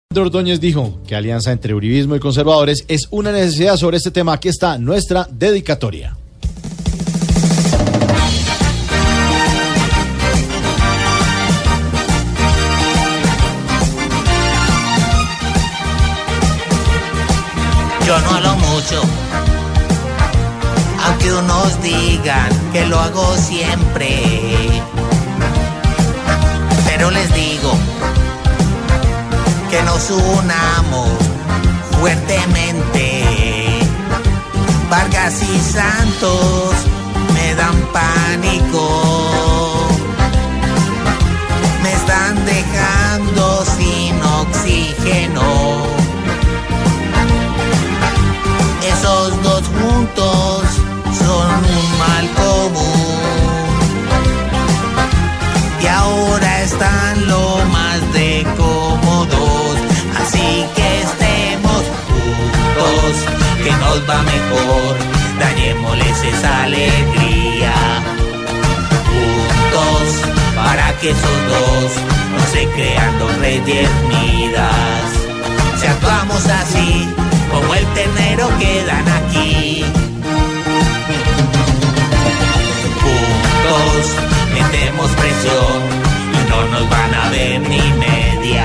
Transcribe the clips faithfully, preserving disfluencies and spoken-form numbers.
Ordóñez dijo que alianza entre uribismo y conservadores es una necesidad. Sobre este tema, aquí está nuestra dedicatoria. Yo no hablo mucho, aunque unos digan que lo hago siempre, pero les digo que nos unamos fuertemente. Vargas y Santos me dan pánico, me están dejando sin oxígeno. Esos dos juntos son un mal común y ahora están lo más de cómodos. Así que estemos juntos, que nos va mejor, dañémosles esa alegría. Juntos, para que esos dos no se crean dos reyes Midas. Si actuamos así, como el ternero que dan aquí, juntos metemos presión y no nos van a ver ni media.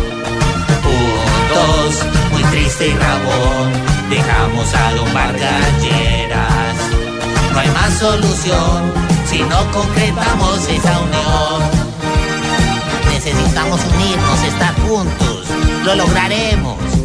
Juntos, muy triste y rabón, dejamos a don Vargas Lleras. No hay más solución si no concretamos esa unión. Necesitamos unirnos, estar juntos, lo lograremos.